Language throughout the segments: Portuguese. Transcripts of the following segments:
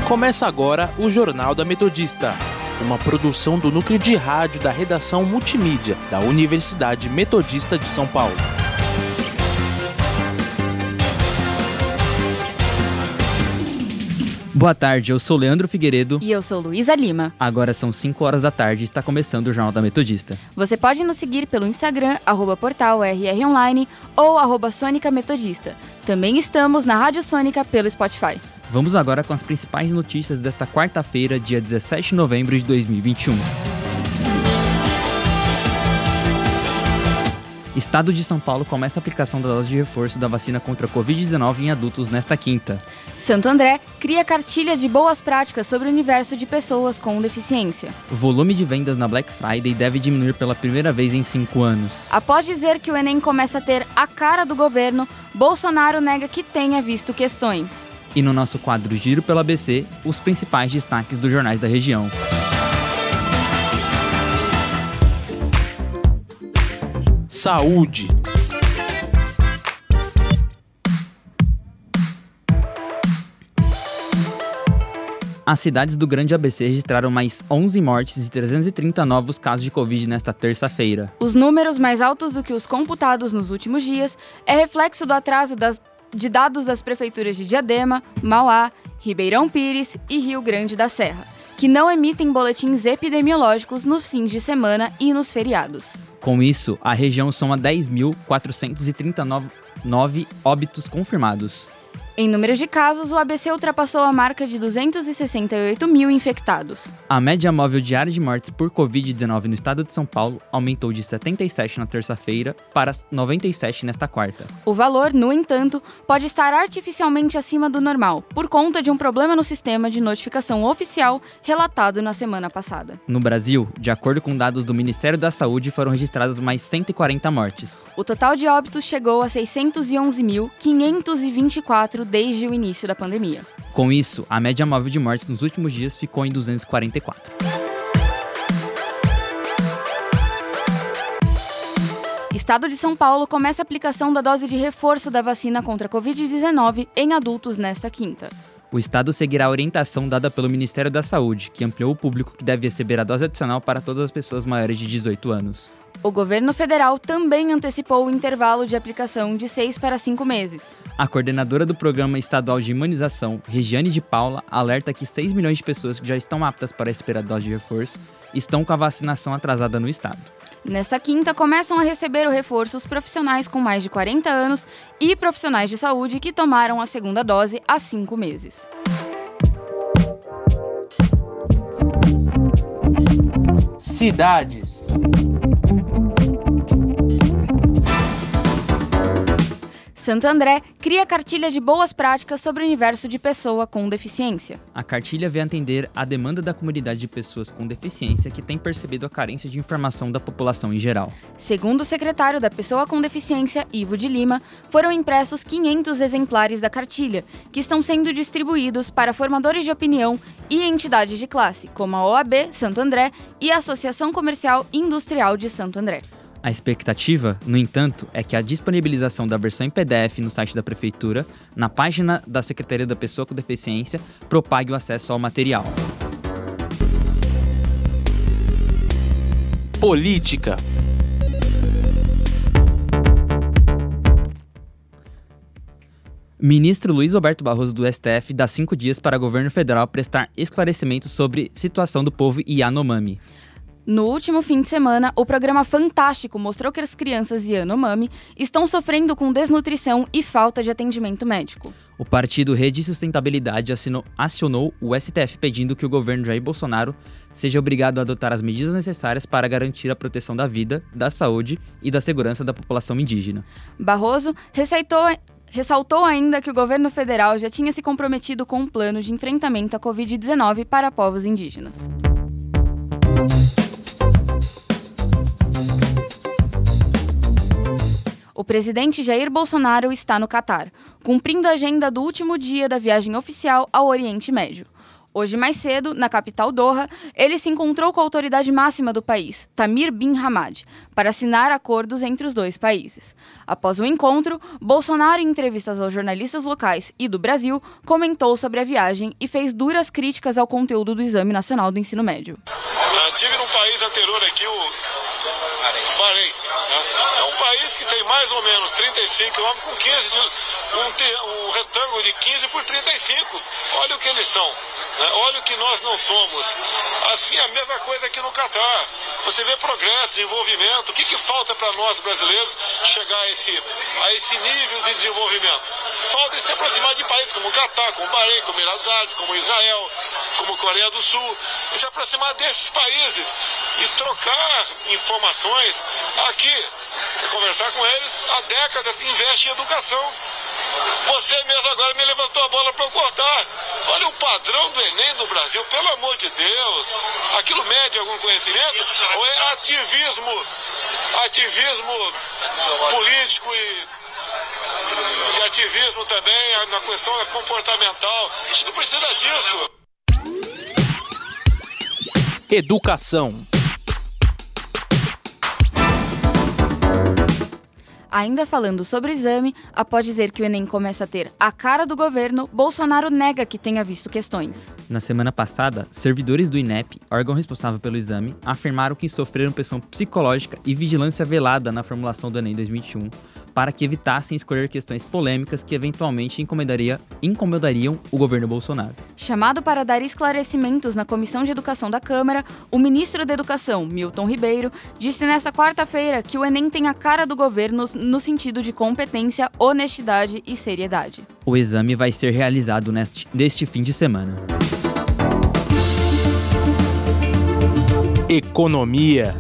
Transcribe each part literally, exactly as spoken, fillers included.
Começa agora o Jornal da Metodista, uma produção do núcleo de rádio da redação multimídia da Universidade Metodista de São Paulo. Boa tarde, eu sou Leandro Figueiredo. E eu sou Luísa Lima. Agora são cinco horas da tarde e está começando o Jornal da Metodista. Você pode nos seguir pelo Instagram, arroba portal R R Online ou arroba Sônica Metodista. Também estamos na Rádio Sônica pelo Spotify. Vamos agora com as principais notícias desta quarta-feira, dia dezessete de novembro de dois mil e vinte e um. Estado de São Paulo começa a aplicação da dose de reforço da vacina contra a covid dezenove em adultos nesta quinta. Santo André cria cartilha de boas práticas sobre o universo de pessoas com deficiência. O volume de vendas na Black Friday deve diminuir pela primeira vez em cinco anos. Após dizer que o Enem começa a ter a cara do governo, Bolsonaro nega que tenha visto questões. E no nosso quadro Giro pela A B C, os principais destaques dos jornais da região. Saúde. As cidades do Grande A B C registraram mais onze mortes e trezentos e trinta novos casos de Covid nesta terça-feira. Os números mais altos do que os computados nos últimos dias é reflexo do atraso das, de dados das prefeituras de Diadema, Mauá, Ribeirão Pires e Rio Grande da Serra, que não emitem boletins epidemiológicos nos fins de semana e nos feriados. Com isso, a região soma dez mil quatrocentos e trinta e nove óbitos confirmados. Em números de casos, o A B C ultrapassou a marca de duzentos e sessenta e oito mil infectados. A média móvel diária de mortes por covid dezenove no estado de São Paulo aumentou de setenta e sete na terça-feira para noventa e sete nesta quarta. O valor, no entanto, pode estar artificialmente acima do normal, por conta de um problema no sistema de notificação oficial relatado na semana passada. No Brasil, de acordo com dados do Ministério da Saúde, foram registradas mais cento e quarenta mortes. O total de óbitos chegou a seiscentos e onze mil quinhentos e vinte e quatro desde o início da pandemia. Com isso, a média móvel de mortes nos últimos dias ficou em duzentos e quarenta e quatro. Estado de São Paulo começa a aplicação da dose de reforço da vacina contra a covid dezenove em adultos nesta quinta. O estado seguirá a orientação dada pelo Ministério da Saúde, que ampliou o público que deve receber a dose adicional para todas as pessoas maiores de dezoito anos. O governo federal também antecipou o intervalo de aplicação de seis para cinco meses. A coordenadora do Programa Estadual de Imunização, Regiane de Paula, alerta que seis milhões de pessoas que já estão aptas para receber a dose de reforço estão com a vacinação atrasada no estado. Nesta quinta, começam a receber o reforço os profissionais com mais de quarenta anos e profissionais de saúde que tomaram a segunda dose há cinco meses. Cidades. Santo André cria cartilha de boas práticas sobre o universo de pessoa com deficiência. A cartilha vem atender à demanda da comunidade de pessoas com deficiência que tem percebido a carência de informação da população em geral. Segundo o secretário da Pessoa com Deficiência, Ivo de Lima, foram impressos quinhentos exemplares da cartilha, que estão sendo distribuídos para formadores de opinião e entidades de classe, como a O A B Santo André e a Associação Comercial e Industrial de Santo André. A expectativa, no entanto, é que a disponibilização da versão em P D F no site da Prefeitura, na página da Secretaria da Pessoa com Deficiência, propague o acesso ao material. Política. Ministro Luiz Roberto Barroso do S T F dá cinco dias para o governo federal prestar esclarecimentos sobre situação do povo Yanomami. No último fim de semana, o programa Fantástico mostrou que as crianças Yanomami estão sofrendo com desnutrição e falta de atendimento médico. O partido Rede e Sustentabilidade assinou, acionou o S T F pedindo que o governo Jair Bolsonaro seja obrigado a adotar as medidas necessárias para garantir a proteção da vida, da saúde e da segurança da população indígena. Barroso receitou... Ressaltou ainda que o governo federal já tinha se comprometido com um plano de enfrentamento à covid dezenove para povos indígenas. O presidente Jair Bolsonaro está no Catar, cumprindo a agenda do último dia da viagem oficial ao Oriente Médio. Hoje mais cedo, na capital Doha, ele se encontrou com a autoridade máxima do país, Tamir bin Hamad, para assinar acordos entre os dois países. Após o encontro, Bolsonaro, em entrevistas aos jornalistas locais e do Brasil, comentou sobre a viagem e fez duras críticas ao conteúdo do Exame Nacional do Ensino Médio. Eu tive num país anterior aqui, o Bahrein. É um país que tem mais ou menos trinta e cinco quilômetros com quinze, um, um retângulo de quinze por trinta e cinco. Olha o que eles são. Olha o que nós não somos. Assim, a mesma coisa aqui no Catar. Você vê progresso, desenvolvimento. O que, que falta para nós brasileiros chegar a esse, a esse nível de desenvolvimento? Falta se aproximar de países como o Catar, como o Bahrein, como Emirados Árabes, como Israel, como Coreia do Sul. E se aproximar desses países e trocar informações aqui. Conversar com eles há décadas, investe em educação. Você mesmo agora me levantou a bola para eu cortar. Olha o padrão do Enem do Brasil, pelo amor de Deus. Aquilo mede algum conhecimento? Ou é ativismo, ativismo político e, e ativismo também na questão comportamental? A gente não precisa disso. Educação. Ainda falando sobre o exame, após dizer que o Enem começa a ter a cara do governo, Bolsonaro nega que tenha visto questões. Na semana passada, servidores do I N E P, órgão responsável pelo exame, afirmaram que sofreram pressão psicológica e vigilância velada na formulação do Enem dois mil e vinte e um, para que evitassem escolher questões polêmicas que eventualmente incomodaria, incomodariam o governo Bolsonaro. Chamado para dar esclarecimentos na Comissão de Educação da Câmara, o ministro da Educação, Milton Ribeiro, disse nesta quarta-feira que o Enem tem a cara do governo no sentido de competência, honestidade e seriedade. O exame vai ser realizado neste, neste fim de semana. Economia.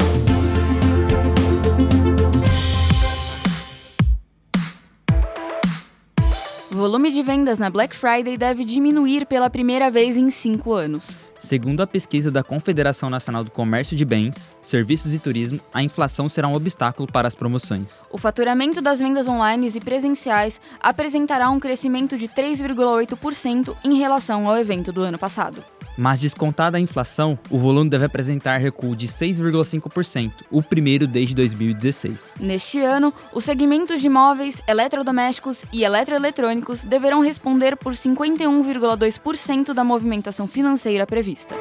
O volume de vendas na Black Friday deve diminuir pela primeira vez em cinco anos. Segundo a pesquisa da Confederação Nacional do Comércio de Bens, Serviços e Turismo, a inflação será um obstáculo para as promoções. O faturamento das vendas online e presenciais apresentará um crescimento de três vírgula oito por cento em relação ao evento do ano passado. Mas descontada a inflação, o volume deve apresentar recuo de seis vírgula cinco por cento, o primeiro desde dois mil e dezesseis. Neste ano, os segmentos de móveis, eletrodomésticos e eletroeletrônicos deverão responder por cinquenta e um vírgula dois por cento da movimentação financeira prevista.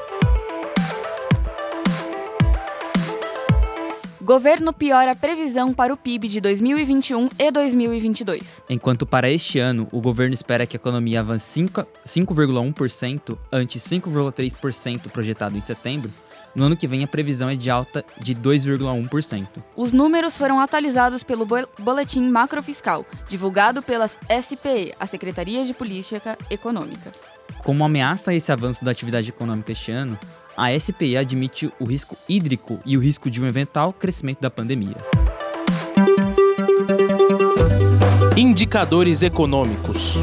Governo piora a previsão para o P I B de dois mil e vinte e um e dois mil e vinte e dois. Enquanto para este ano, o governo espera que a economia avance cinco vírgula um por cento, ante cinco vírgula três por cento projetado em setembro, no ano que vem a previsão é de alta de dois vírgula um por cento. Os números foram atualizados pelo Boletim Macrofiscal, divulgado pela S P E, a Secretaria de Política Econômica. Como ameaça a esse avanço da atividade econômica este ano, a S P E admite o risco hídrico e o risco de um eventual crescimento da pandemia. Indicadores econômicos.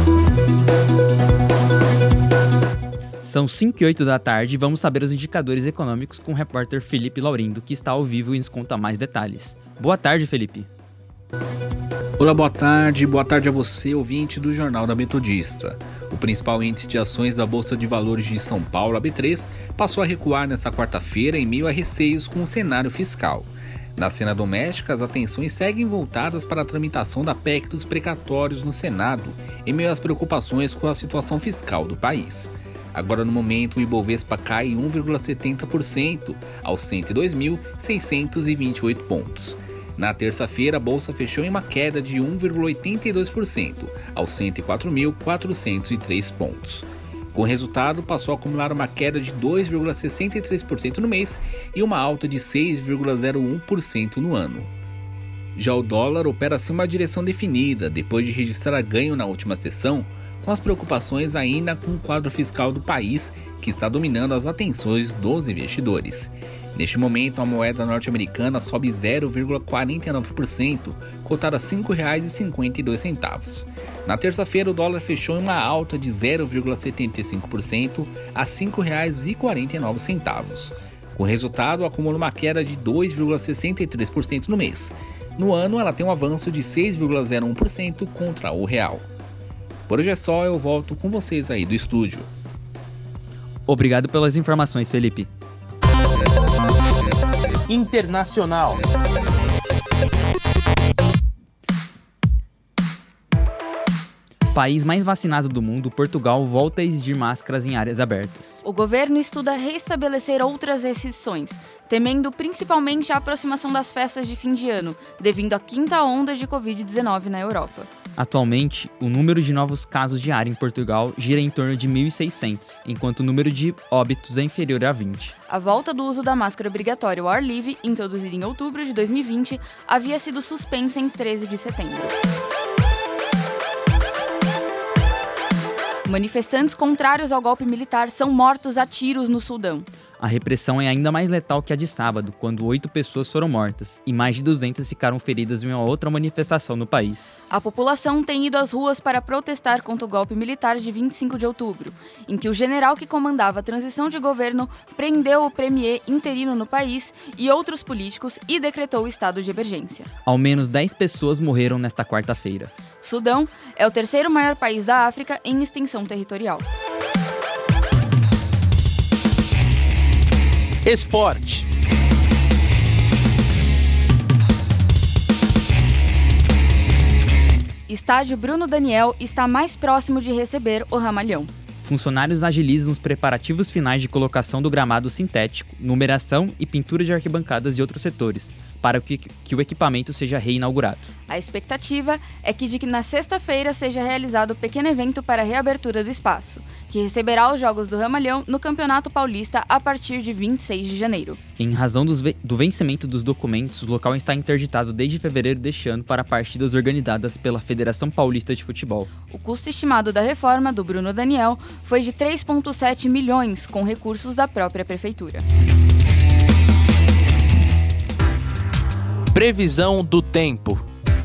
São cinco e oito da tarde e vamos saber os indicadores econômicos com o repórter Felipe Laurindo, que está ao vivo e nos conta mais detalhes. Boa tarde, Felipe. Olá, boa tarde. Boa tarde a você, ouvinte do Jornal da Metodista. O principal índice de ações da Bolsa de Valores de São Paulo, a B três, passou a recuar nesta quarta-feira em meio a receios com o cenário fiscal. Na cena doméstica, as atenções seguem voltadas para a tramitação da P E C dos precatórios no Senado, em meio às preocupações com a situação fiscal do país. Agora, no momento, o Ibovespa cai um vírgula setenta por cento aos cento e dois mil, seiscentos e vinte e oito pontos. Na terça-feira, a Bolsa fechou em uma queda de um vírgula oitenta e dois por cento, aos cento e quatro mil, quatrocentos e três pontos. Com o resultado, passou a acumular uma queda de dois vírgula sessenta e três por cento no mês e uma alta de seis vírgula zero um por cento no ano. Já o dólar opera sem uma direção definida, depois de registrar ganho na última sessão, com as preocupações ainda com o quadro fiscal do país, que está dominando as atenções dos investidores. Neste momento, a moeda norte-americana sobe zero vírgula quarenta e nove por cento, cotada a cinco reais e cinquenta e dois centavos. Na terça-feira, o dólar fechou em uma alta de zero vírgula setenta e cinco por cento a cinco reais e quarenta e nove centavos. Com o resultado, acumula uma queda de dois vírgula sessenta e três por cento no mês. No ano, ela tem um avanço de seis vírgula zero um por cento contra o real. Por hoje é só, eu volto com vocês aí do estúdio. Obrigado pelas informações, Felipe. Internacional. País mais vacinado do mundo, Portugal volta a exigir máscaras em áreas abertas. O governo estuda restabelecer outras restrições, temendo principalmente a aproximação das festas de fim de ano, devido à quinta onda de covid dezenove na Europa. Atualmente, o número de novos casos diários em Portugal gira em torno de mil e seiscentos, enquanto o número de óbitos é inferior a vinte. A volta do uso da máscara obrigatória ao ar livre, introduzida em outubro de dois mil e vinte, havia sido suspensa em treze de setembro. Manifestantes contrários ao golpe militar são mortos a tiros no Sudão. A repressão é ainda mais letal que a de sábado, quando oito pessoas foram mortas e mais de duzentas ficaram feridas em uma outra manifestação no país. A população tem ido às ruas para protestar contra o golpe militar de vinte e cinco de outubro, em que o general que comandava a transição de governo prendeu o premier interino no país e outros políticos e decretou o estado de emergência. Ao menos dez pessoas morreram nesta quarta-feira. Sudão é o terceiro maior país da África em extensão territorial. Esporte. Estádio Bruno Daniel está mais próximo de receber o Ramalhão. Funcionários agilizam os preparativos finais de colocação do gramado sintético, numeração e pintura de arquibancadas e outros setores, para que, que o equipamento seja reinaugurado. A expectativa é que de que na sexta-feira seja realizado um pequeno evento para a reabertura do espaço, que receberá os Jogos do Ramalhão no Campeonato Paulista a partir de vinte e seis de janeiro. Em razão dos ve- do vencimento dos documentos, o local está interditado desde fevereiro deste ano para partidas organizadas pela Federação Paulista de Futebol. O custo estimado da reforma do Bruno Daniel foi de três vírgula sete milhões, com recursos da própria prefeitura. Previsão do tempo.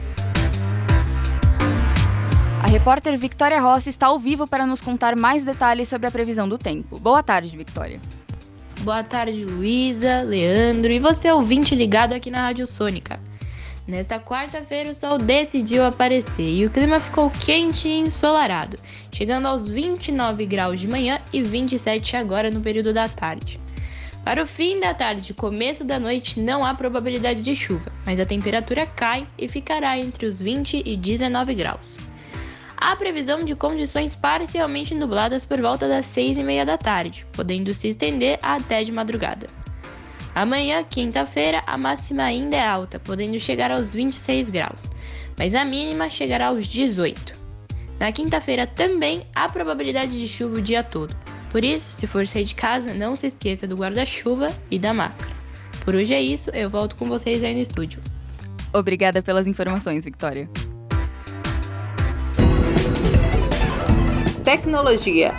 A repórter Victoria Rossi está ao vivo para nos contar mais detalhes sobre a previsão do tempo. Boa tarde, Victoria. Boa tarde, Luísa, Leandro e você ouvinte ligado aqui na Rádio Sônica. Nesta quarta-feira o sol decidiu aparecer e o clima ficou quente e ensolarado, chegando aos vinte e nove graus de manhã e vinte e sete agora no período da tarde. Para o fim da tarde e começo da noite não há probabilidade de chuva, mas a temperatura cai e ficará entre os vinte e dezenove graus. Há previsão de condições parcialmente nubladas por volta das seis e meia da tarde, podendo se estender até de madrugada. Amanhã, quinta-feira, a máxima ainda é alta, podendo chegar aos vinte e seis graus, mas a mínima chegará aos dezoito. Na quinta-feira também há probabilidade de chuva o dia todo. Por isso, se for sair de casa, não se esqueça do guarda-chuva e da máscara. Por hoje é isso, eu volto com vocês aí no estúdio. Obrigada pelas informações, Victoria. Tecnologia.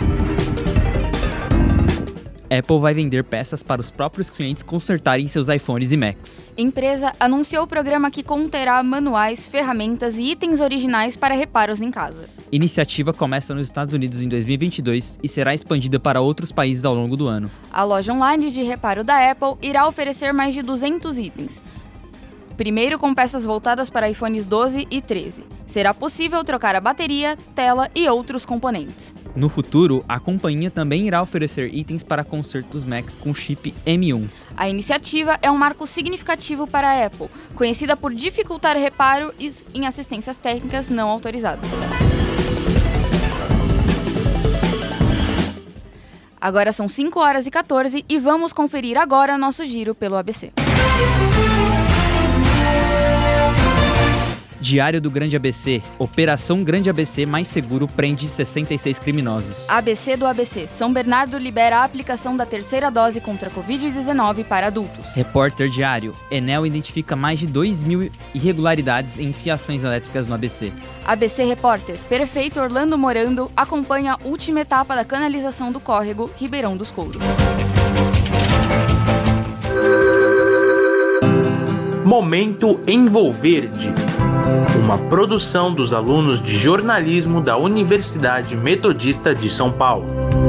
Apple vai vender peças para os próprios clientes consertarem seus iPhones e Macs. Empresa anunciou o programa que conterá manuais, ferramentas e itens originais para reparos em casa. Iniciativa começa nos Estados Unidos em dois mil e vinte e dois e será expandida para outros países ao longo do ano. A loja online de reparo da Apple irá oferecer mais de duzentos itens. Primeiro com peças voltadas para iPhones doze e treze. Será possível trocar a bateria, tela e outros componentes. No futuro, a companhia também irá oferecer itens para consertos Macs com chip M um. A iniciativa é um marco significativo para a Apple, conhecida por dificultar reparo em assistências técnicas não autorizadas. Agora são cinco horas e quatorze e vamos conferir agora nosso giro pelo A B C. Diário do Grande A B C. Operação Grande A B C mais seguro prende sessenta e seis criminosos. A B C do A B C. São Bernardo libera a aplicação da terceira dose contra a covid dezenove para adultos. Repórter Diário. Enel identifica mais de dois mil irregularidades em fiações elétricas no A B C. A B C Repórter. Prefeito Orlando Morando acompanha a última etapa da canalização do córrego Ribeirão dos Couros. Momento Envolverde. Uma produção dos alunos de jornalismo da Universidade Metodista de São Paulo.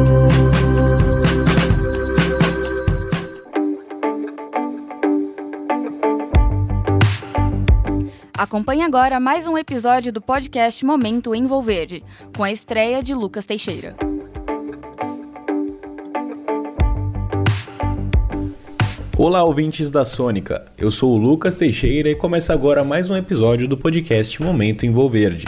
Acompanhe agora mais um episódio do podcast Momento Envolverde, com a estreia de Lucas Teixeira. Olá, ouvintes da Sônica. Eu sou o Lucas Teixeira e começa agora mais um episódio do podcast Momento Envolverde.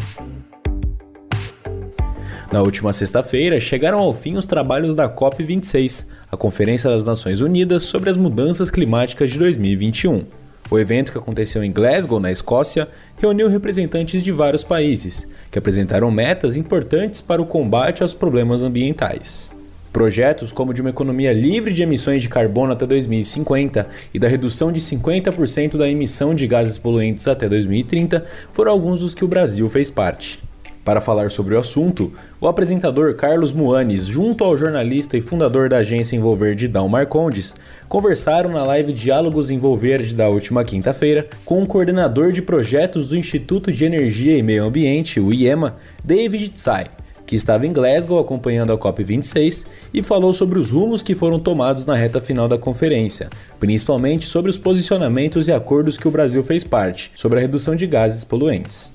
Na última sexta-feira, chegaram ao fim os trabalhos da COP vinte e seis, a Conferência das Nações Unidas sobre as Mudanças Climáticas de dois mil e vinte e um. O evento, que aconteceu em Glasgow, na Escócia, reuniu representantes de vários países, que apresentaram metas importantes para o combate aos problemas ambientais. Projetos como o de uma economia livre de emissões de carbono até dois mil e cinquenta e da redução de cinquenta por cento da emissão de gases poluentes até dois mil e trinta foram alguns dos que o Brasil fez parte. Para falar sobre o assunto, o apresentador Carlos Muanes, junto ao jornalista e fundador da agência Envolverde Dal Marcondes, conversaram na live Diálogos Envolverde da última quinta-feira com o coordenador de projetos do Instituto de Energia e Meio Ambiente, o I E M A, David Tsai, que estava em Glasgow acompanhando a COP vinte e seis e falou sobre os rumos que foram tomados na reta final da conferência, principalmente sobre os posicionamentos e acordos que o Brasil fez parte sobre a redução de gases poluentes.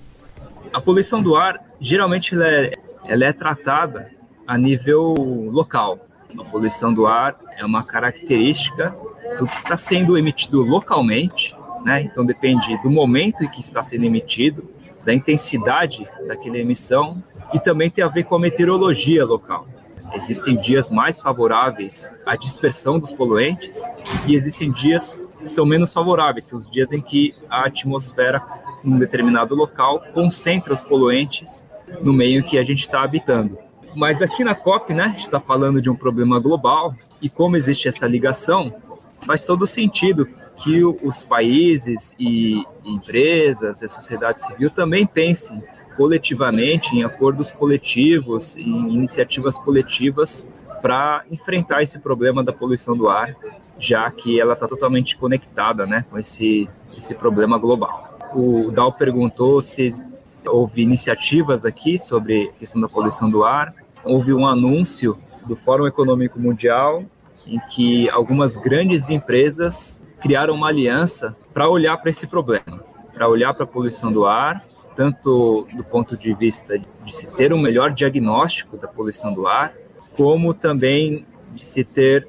A poluição do ar, geralmente, ela é, ela é tratada a nível local. A poluição do ar é uma característica do que está sendo emitido localmente, né? Então depende do momento em que está sendo emitido, da intensidade daquela emissão, e também tem a ver com a meteorologia local. Existem dias mais favoráveis à dispersão dos poluentes e existem dias que são menos favoráveis, são os dias em que a atmosfera, num determinado local, concentra os poluentes no meio em que a gente está habitando. Mas aqui na COP, né, a gente está falando de um problema global, e como existe essa ligação, faz todo sentido que os países e empresas, a sociedade civil também pensem coletivamente, em acordos coletivos, em iniciativas coletivas para enfrentar esse problema da poluição do ar, já que ela está totalmente conectada, né, com esse, esse problema global. O Dal perguntou se houve iniciativas aqui sobre a questão da poluição do ar. Houve um anúncio do Fórum Econômico Mundial em que algumas grandes empresas criaram uma aliança para olhar para esse problema, para olhar para a poluição do ar, tanto do ponto de vista de se ter um melhor diagnóstico da poluição do ar, como também de se ter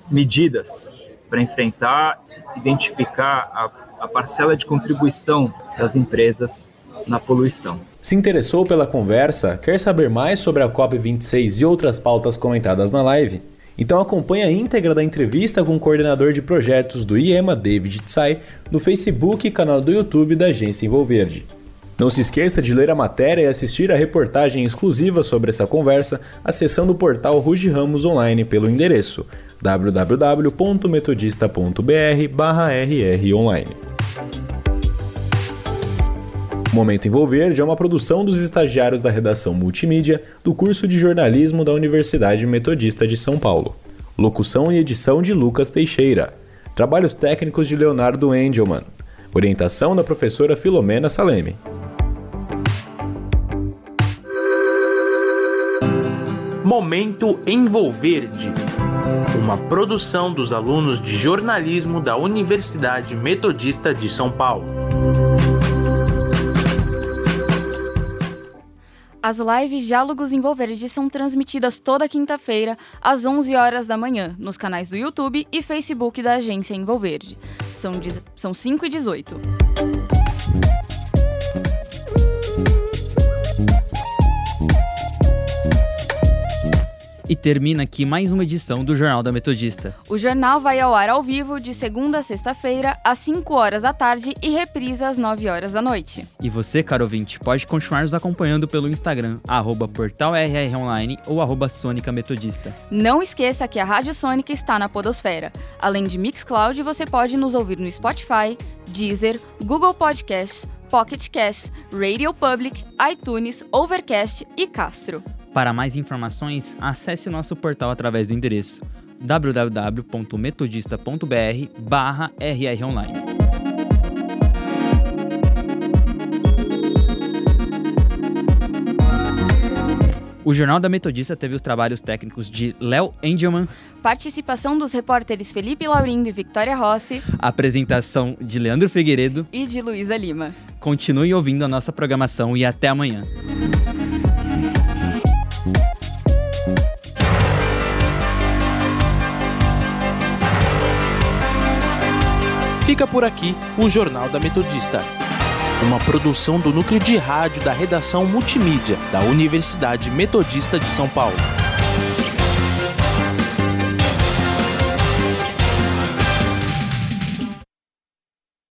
medidas para enfrentar, identificar a, a parcela de contribuição das empresas na poluição. Se interessou pela conversa, quer saber mais sobre a COP vinte e seis e outras pautas comentadas na live? Então acompanhe a íntegra da entrevista com o coordenador de projetos do I E M A, David Tsai, no Facebook e canal do YouTube da agência Envolverde. Não se esqueça de ler a matéria e assistir a reportagem exclusiva sobre essa conversa acessando o portal Ruge Ramos Online pelo endereço w w w ponto metodista ponto b r barra r r online. O Momento Envolverde é uma produção dos estagiários da redação multimídia do curso de jornalismo da Universidade Metodista de São Paulo. Locução e edição de Lucas Teixeira. Trabalhos técnicos de Leonardo Engelmann. Orientação da professora Filomena Saleme. Momento Envolverde, uma produção dos alunos de jornalismo da Universidade Metodista de São Paulo. As lives Diálogos Envolverde são transmitidas toda quinta-feira, às onze horas da manhã, nos canais do YouTube e Facebook da agência Envolverde. São, são cinco e dezoito. E termina aqui mais uma edição do Jornal da Metodista. O jornal vai ao ar ao vivo de segunda a sexta-feira, às cinco horas da tarde e reprisa às nove horas da noite. E você, caro ouvinte, pode continuar nos acompanhando pelo Instagram, arroba portal R R Online ou arroba Sônica Metodista. Não esqueça que a Rádio Sônica está na podosfera. Além de Mixcloud, você pode nos ouvir no Spotify, Deezer, Google Podcasts, Pocket Casts, Radio Public, iTunes, Overcast e Castro. Para mais informações, acesse o nosso portal através do endereço w w w ponto metodista ponto b r barra r r online. O Jornal da Metodista teve os trabalhos técnicos de Léo Engelmann, participação dos repórteres Felipe Laurindo e Victoria Rossi, apresentação de Leandro Figueiredo e de Luísa Lima. Continue ouvindo a nossa programação e até amanhã. Fica por aqui o Jornal da Metodista, uma produção do núcleo de rádio da redação multimídia da Universidade Metodista de São Paulo.